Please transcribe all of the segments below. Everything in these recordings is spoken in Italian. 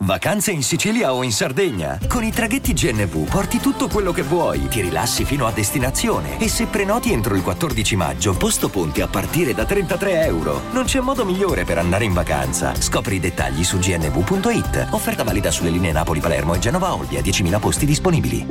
Vacanze in Sicilia o in Sardegna? Con i traghetti GNV porti tutto quello che vuoi, ti rilassi fino a destinazione e se prenoti entro il 14 maggio, posto ponti a partire da €33. Non c'è modo migliore per andare in vacanza. Scopri i dettagli su gnv.it. Offerta valida sulle linee Napoli-Palermo e Genova-Olbia, 10.000 posti disponibili.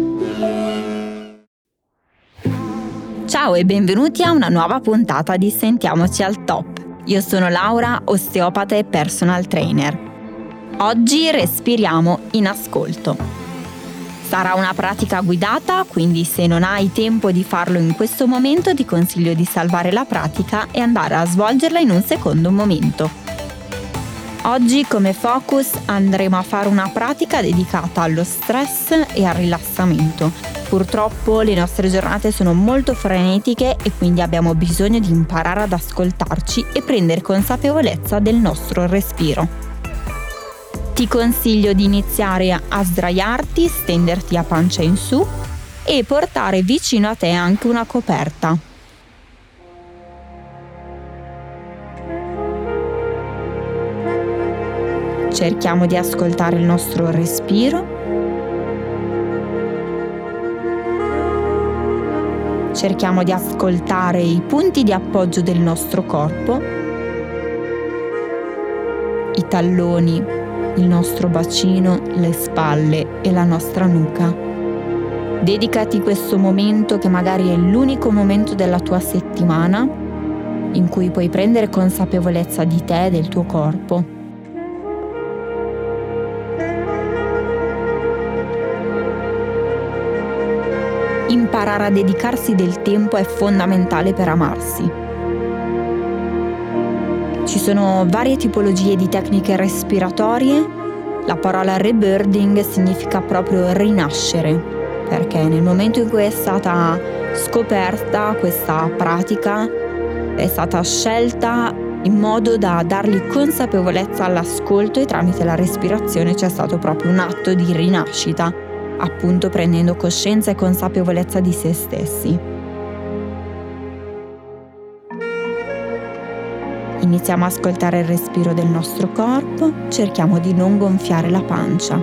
Ciao e benvenuti a una nuova puntata di Sentiamoci al Top. Io sono Laura, osteopata e personal trainer. Oggi respiriamo in ascolto. Sarà una pratica guidata, quindi se non hai tempo di farlo in questo momento ti consiglio di salvare la pratica e andare a svolgerla in un secondo momento. Oggi come focus andremo a fare una pratica dedicata allo stress e al rilassamento. Purtroppo le nostre giornate sono molto frenetiche e quindi abbiamo bisogno di imparare ad ascoltarci e prendere consapevolezza del nostro respiro. Ti consiglio di iniziare a sdraiarti, stenderti a pancia in su e portare vicino a te anche una coperta. Cerchiamo di ascoltare il nostro respiro. Cerchiamo di ascoltare i punti di appoggio del nostro corpo, i talloni, il nostro bacino, le spalle e la nostra nuca. Dedicati questo momento che magari è l'unico momento della tua settimana in cui puoi prendere consapevolezza di te e del tuo corpo. Imparare a dedicarsi del tempo è fondamentale per amarsi. Ci sono varie tipologie di tecniche respiratorie. La parola rebirthing significa proprio rinascere, perché nel momento in cui è stata scoperta questa pratica, è stata scelta in modo da dargli consapevolezza all'ascolto e tramite la respirazione c'è stato proprio un atto di rinascita, appunto prendendo coscienza e consapevolezza di se stessi. Iniziamo a ascoltare il respiro del nostro corpo, cerchiamo di non gonfiare la pancia.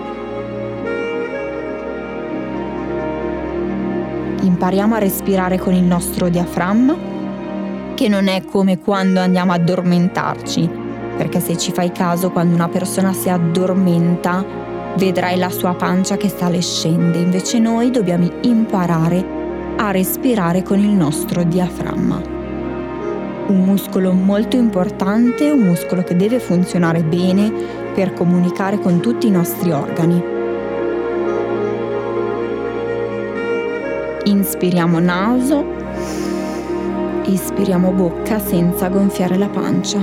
Impariamo a respirare con il nostro diaframma, che non è come quando andiamo ad addormentarci, perché se ci fai caso, quando una persona si addormenta, vedrai la sua pancia che sale e scende. Invece noi dobbiamo imparare a respirare con il nostro diaframma. Un muscolo molto importante, un muscolo che deve funzionare bene per comunicare con tutti i nostri organi. Inspiriamo naso, espiriamo bocca senza gonfiare la pancia.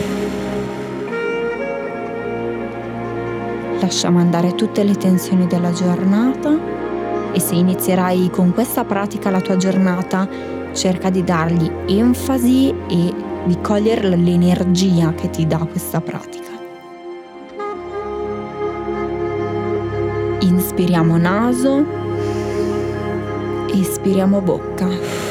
Lasciamo andare tutte le tensioni della giornata e se inizierai con questa pratica la tua giornata, cerca di dargli enfasi e di cogliere l'energia che ti dà questa pratica. Inspiriamo naso, espiriamo bocca.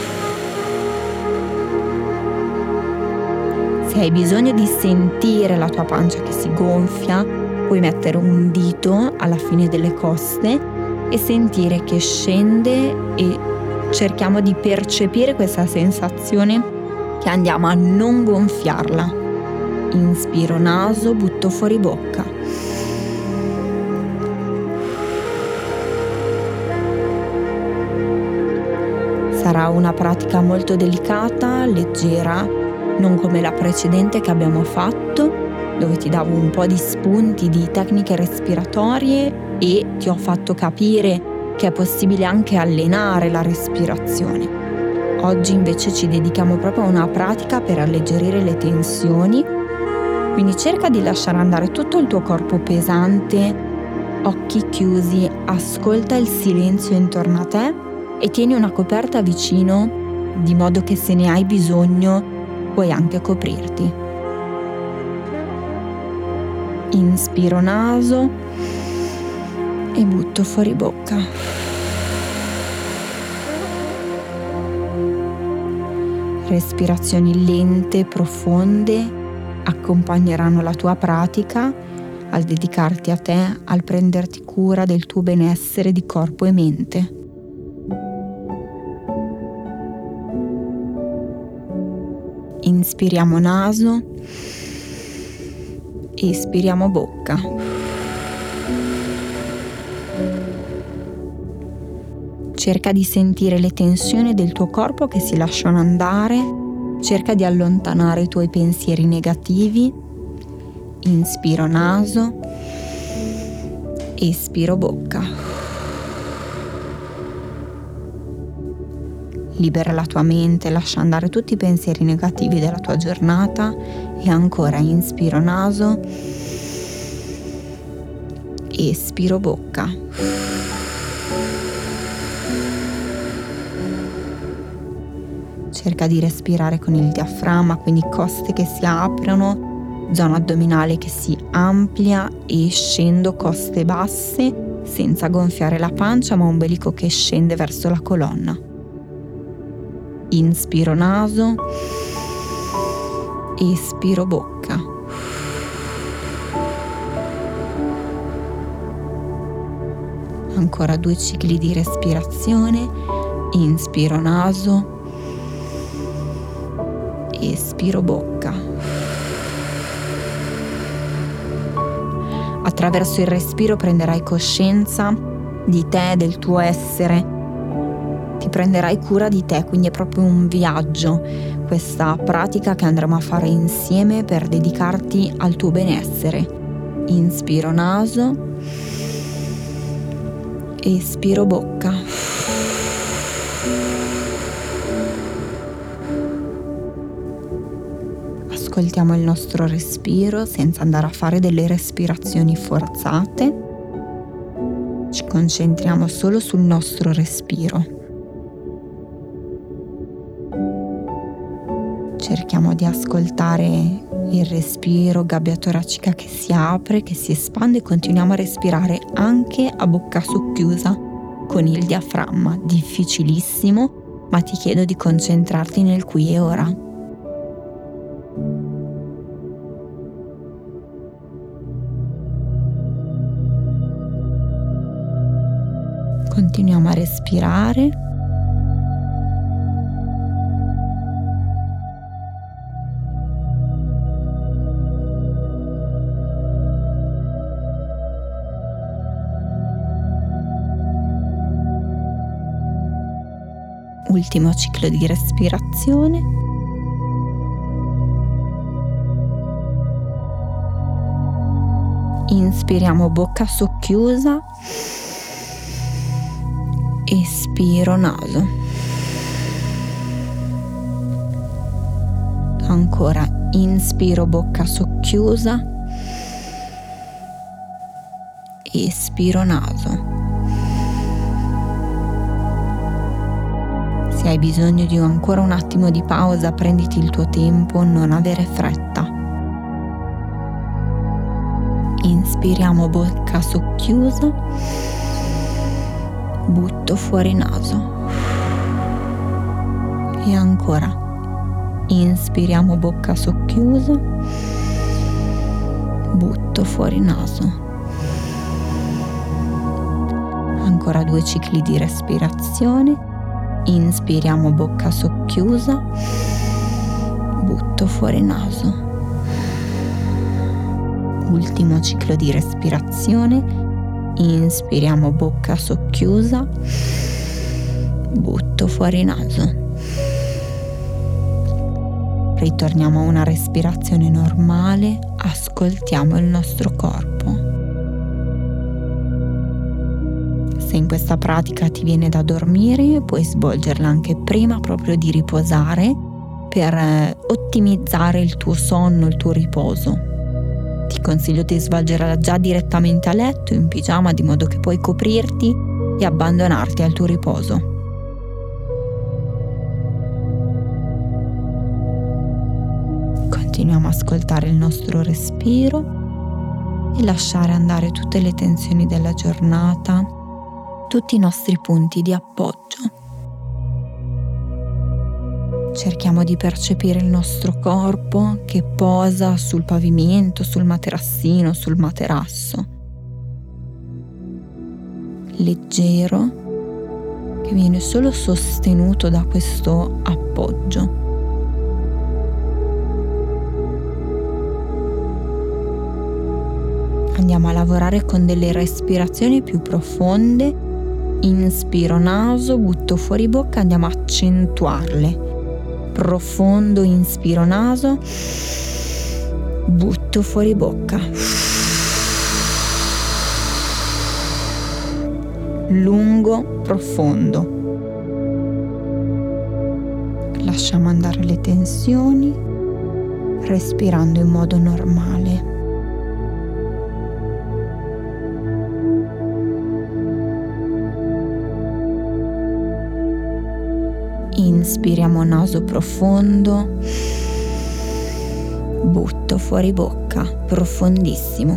Se hai bisogno di sentire la tua pancia che si gonfia, puoi mettere un dito alla fine delle coste e sentire che scende e cerchiamo di percepire questa sensazione che andiamo a non gonfiarla. Inspiro naso, butto fuori bocca. Sarà una pratica molto delicata, leggera, non come la precedente che abbiamo fatto, dove ti davo un po' di spunti di tecniche respiratorie e ti ho fatto capire che è possibile anche allenare la respirazione. Oggi invece ci dedichiamo proprio a una pratica per alleggerire le tensioni, quindi cerca di lasciare andare tutto il tuo corpo pesante, occhi chiusi, ascolta il silenzio intorno a te e tieni una coperta vicino di modo che se ne hai bisogno puoi anche coprirti. Inspiro naso e butto fuori bocca. Respirazioni lente, profonde, accompagneranno la tua pratica al dedicarti a te, al prenderti cura del tuo benessere di corpo e mente. Inspiriamo naso, espiriamo bocca. Cerca di sentire le tensioni del tuo corpo che si lasciano andare, cerca di allontanare i tuoi pensieri negativi. Inspiro naso, espiro bocca. Libera la tua mente, lascia andare tutti i pensieri negativi della tua giornata e ancora inspiro naso, espiro bocca. Cerca di respirare con il diaframma, quindi coste che si aprono, zona addominale che si amplia e scendo coste basse senza gonfiare la pancia, ma ombelico che scende verso la colonna. Inspiro naso, espiro bocca. Ancora 2 cicli di respirazione. Inspiro naso, espiro bocca. Attraverso il respiro prenderai coscienza di te, del tuo essere. Ti prenderai cura di te, quindi è proprio un viaggio, questa pratica che andremo a fare insieme per dedicarti al tuo benessere. Inspiro naso, espiro bocca. Ascoltiamo il nostro respiro senza andare a fare delle respirazioni forzate. Ci concentriamo solo sul nostro respiro. Cerchiamo di ascoltare il respiro, gabbia toracica che si apre, che si espande e continuiamo a respirare anche a bocca socchiusa con il diaframma. Difficilissimo, ma ti chiedo di concentrarti nel qui e ora. Continuiamo a respirare. Ultimo ciclo di respirazione. Inspiriamo bocca socchiusa. Espiro naso. Ancora inspiro bocca socchiusa. Espiro naso. Se hai bisogno di ancora un attimo di pausa, prenditi il tuo tempo, non avere fretta. Inspiriamo bocca socchiusa, butto fuori naso. E ancora, inspiriamo bocca socchiusa, butto fuori naso. Ancora 2 cicli di respirazione. Inspiriamo bocca socchiusa, butto fuori naso. Ultimo ciclo di respirazione. Inspiriamo bocca socchiusa, butto fuori naso. Ritorniamo a una respirazione normale, ascoltiamo il nostro corpo. Se in questa pratica ti viene da dormire, puoi svolgerla anche prima proprio di riposare per ottimizzare il tuo sonno, il tuo riposo. Ti consiglio di svolgerla già direttamente a letto, in pigiama, di modo che puoi coprirti e abbandonarti al tuo riposo. Continuiamo a ascoltare il nostro respiro e lasciare andare tutte le tensioni della giornata, tutti i nostri punti di appoggio. Cerchiamo di percepire il nostro corpo che posa sul pavimento, sul materassino, sul materasso. Leggero, che viene solo sostenuto da questo appoggio. Andiamo a lavorare con delle respirazioni più profonde. Inspiro naso, butto fuori bocca, andiamo a accentuarle. Profondo inspiro naso, butto fuori bocca. Lungo, profondo. Lasciamo andare le tensioni, respirando in modo normale. Inspiriamo naso profondo, butto fuori bocca, profondissimo.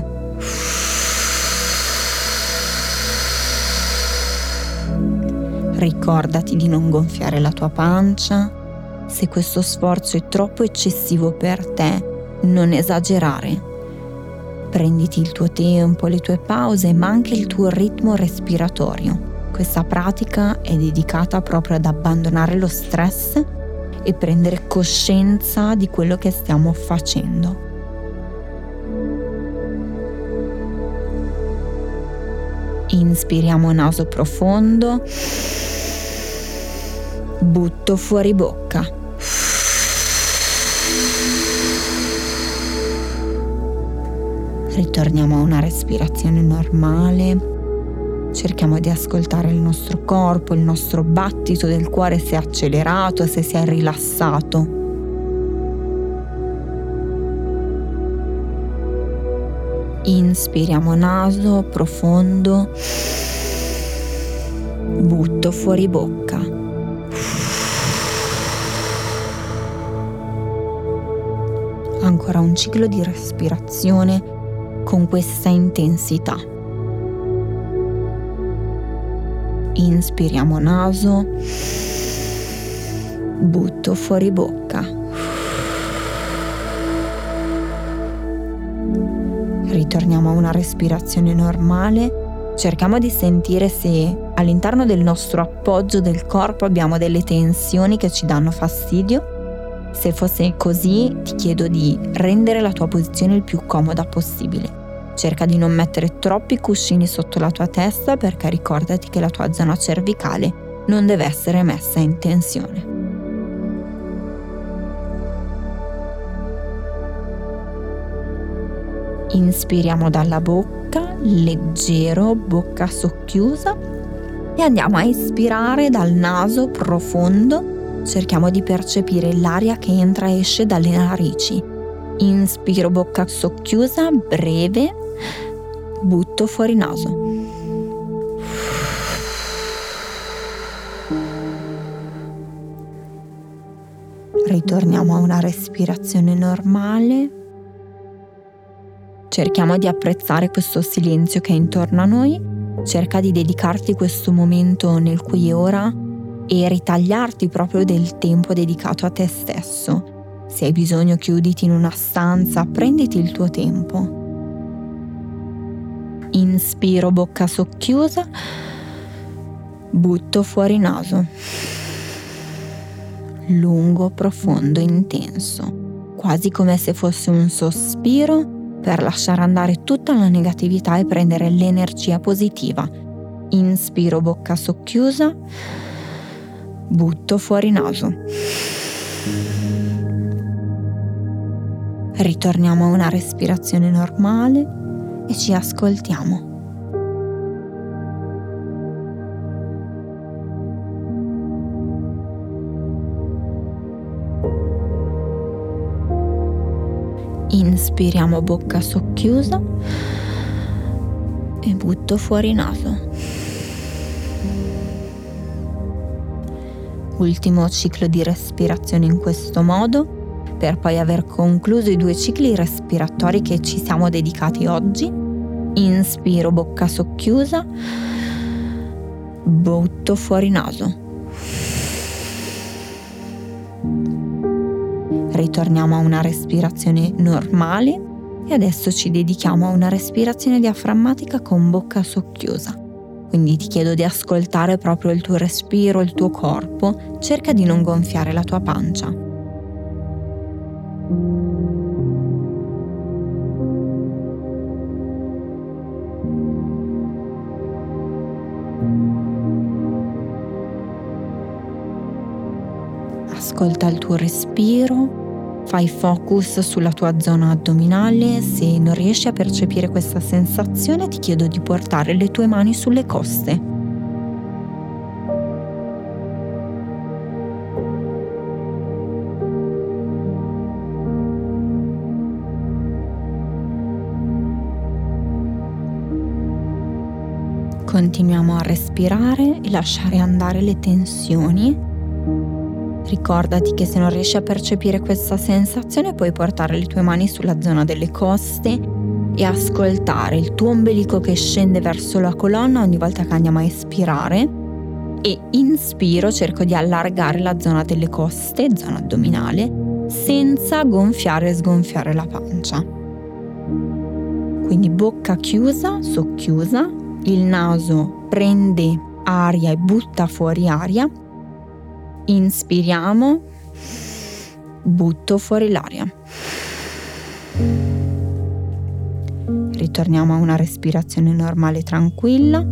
Ricordati di non gonfiare la tua pancia. Se questo sforzo è troppo eccessivo per te, non esagerare. Prenditi il tuo tempo, le tue pause, ma anche il tuo ritmo respiratorio. Questa pratica è dedicata proprio ad abbandonare lo stress e prendere coscienza di quello che stiamo facendo. Inspiriamo naso profondo, butto fuori bocca. Ritorniamo a una respirazione normale. Cerchiamo di ascoltare il nostro corpo, il nostro battito del cuore, se è accelerato, se si è rilassato. Inspiriamo naso profondo, butto fuori bocca. Ancora un ciclo di respirazione con questa intensità. Inspiriamo naso, butto fuori bocca. Ritorniamo a una respirazione normale. Cerchiamo di sentire se all'interno del nostro appoggio del corpo abbiamo delle tensioni che ci danno fastidio. Se fosse così, ti chiedo di rendere la tua posizione il più comoda possibile. Cerca di non mettere troppi cuscini sotto la tua testa, perché ricordati che la tua zona cervicale non deve essere messa in tensione. Inspiriamo dalla bocca, leggero, bocca socchiusa, e andiamo a espirare dal naso profondo. Cerchiamo di percepire l'aria che entra e esce dalle narici. Inspiro bocca socchiusa, breve, butto fuori naso. Ritorniamo a una respirazione normale. Cerchiamo di apprezzare questo silenzio che è intorno a noi. Cerca di dedicarti questo momento nel qui e ora e ritagliarti proprio del tempo dedicato a te stesso. Se hai bisogno, chiuditi in una stanza, prenditi il tuo tempo. Inspiro bocca socchiusa, butto fuori naso. Lungo, profondo, intenso, quasi come se fosse un sospiro per lasciare andare tutta la negatività e prendere l'energia positiva. Inspiro bocca socchiusa, butto fuori naso. Ritorniamo a una respirazione normale e ci ascoltiamo. Inspiriamo bocca socchiusa e butto fuori naso. Ultimo ciclo di respirazione in questo modo, per poi aver concluso i 2 cicli respiratori che ci siamo dedicati oggi. Inspiro bocca socchiusa, butto fuori naso. Ritorniamo a una respirazione normale e adesso ci dedichiamo a una respirazione diaframmatica con bocca socchiusa. Quindi ti chiedo di ascoltare proprio il tuo respiro, il tuo corpo, cerca di non gonfiare la tua pancia. Ascolta il tuo respiro. Fai focus sulla tua zona addominale. Se non riesci a percepire questa sensazione, ti chiedo di portare le tue mani sulle coste. Continuiamo a respirare e lasciare andare le tensioni. Ricordati che se non riesci a percepire questa sensazione puoi portare le tue mani sulla zona delle coste e ascoltare il tuo ombelico che scende verso la colonna ogni volta che andiamo a espirare, e inspiro cerco di allargare la zona delle coste, zona addominale, senza gonfiare e sgonfiare la pancia. Quindi bocca chiusa, socchiusa, il naso prende aria e butta fuori aria. Inspiriamo, butto fuori l'aria. Ritorniamo a una respirazione normale tranquilla.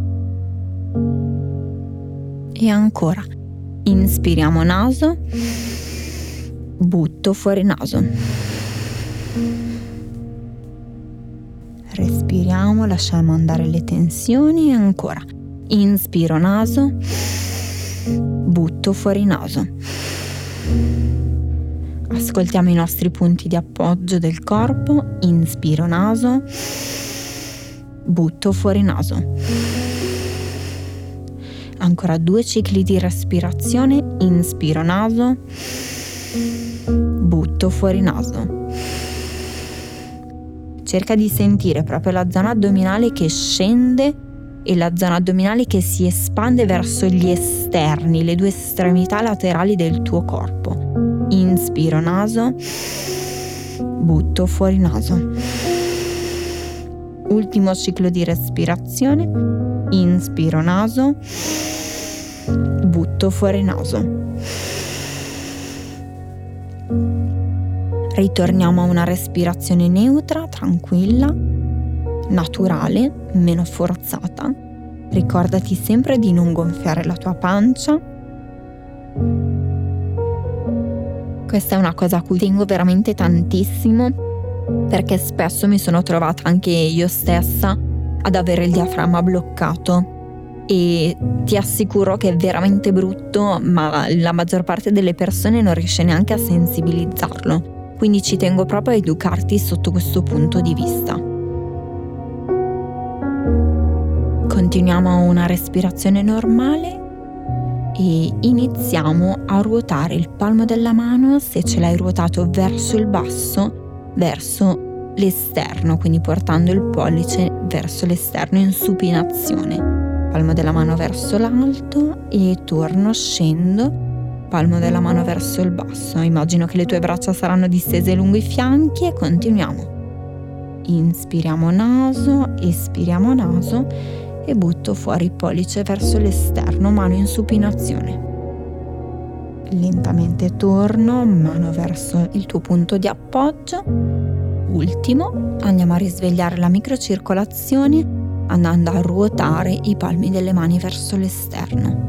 E ancora. Inspiriamo naso, butto fuori naso. Respiriamo, lasciamo andare le tensioni e ancora. Inspiro naso, butto fuori naso. Ascoltiamo i nostri punti di appoggio del corpo. Inspiro naso, butto fuori naso. Ancora 2 cicli di respirazione. Inspiro naso, butto fuori naso. Cerca di sentire proprio la zona addominale che scende e la zona addominale che si espande verso gli esterni, le 2 estremità laterali del tuo corpo. Inspiro naso, butto fuori naso. Ultimo ciclo di respirazione. Inspiro naso, butto fuori naso. Ritorniamo a una respirazione neutra, tranquilla, naturale, meno forzata. Ricordati sempre di non gonfiare la tua pancia. Questa è una cosa a cui tengo veramente tantissimo, perché spesso mi sono trovata anche io stessa ad avere il diaframma bloccato e ti assicuro che è veramente brutto, ma la maggior parte delle persone non riesce neanche a sensibilizzarlo. Quindi ci tengo proprio a educarti sotto questo punto di vista. Continuiamo a una respirazione normale e iniziamo a ruotare il palmo della mano, se ce l'hai ruotato verso il basso, verso l'esterno, quindi portando il pollice verso l'esterno in supinazione. Palmo della mano verso l'alto e torno, scendo. Palmo della mano verso il basso. Immagino che le tue braccia saranno distese lungo i fianchi e continuiamo. Inspiriamo naso, espiriamo naso e butto fuori il pollice verso l'esterno, mano in supinazione. Lentamente torno, mano verso il tuo punto di appoggio. Ultimo, andiamo a risvegliare la microcircolazione andando a ruotare i palmi delle mani verso l'esterno.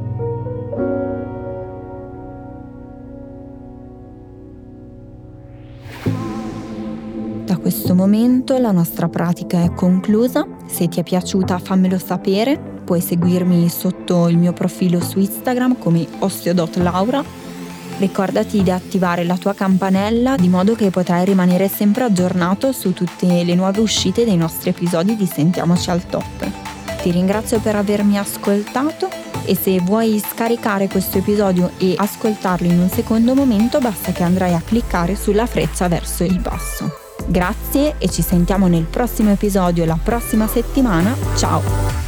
Da questo momento la nostra pratica è conclusa. Se ti è piaciuta fammelo sapere, puoi seguirmi sotto il mio profilo su Instagram come osteo.laura. Ricordati di attivare la tua campanella di modo che potrai rimanere sempre aggiornato su tutte le nuove uscite dei nostri episodi di Sentiamoci al Top. Ti ringrazio per avermi ascoltato e se vuoi scaricare questo episodio e ascoltarlo in un secondo momento basta che andrai a cliccare sulla freccia verso il basso. Grazie e ci sentiamo nel prossimo episodio la prossima settimana. Ciao!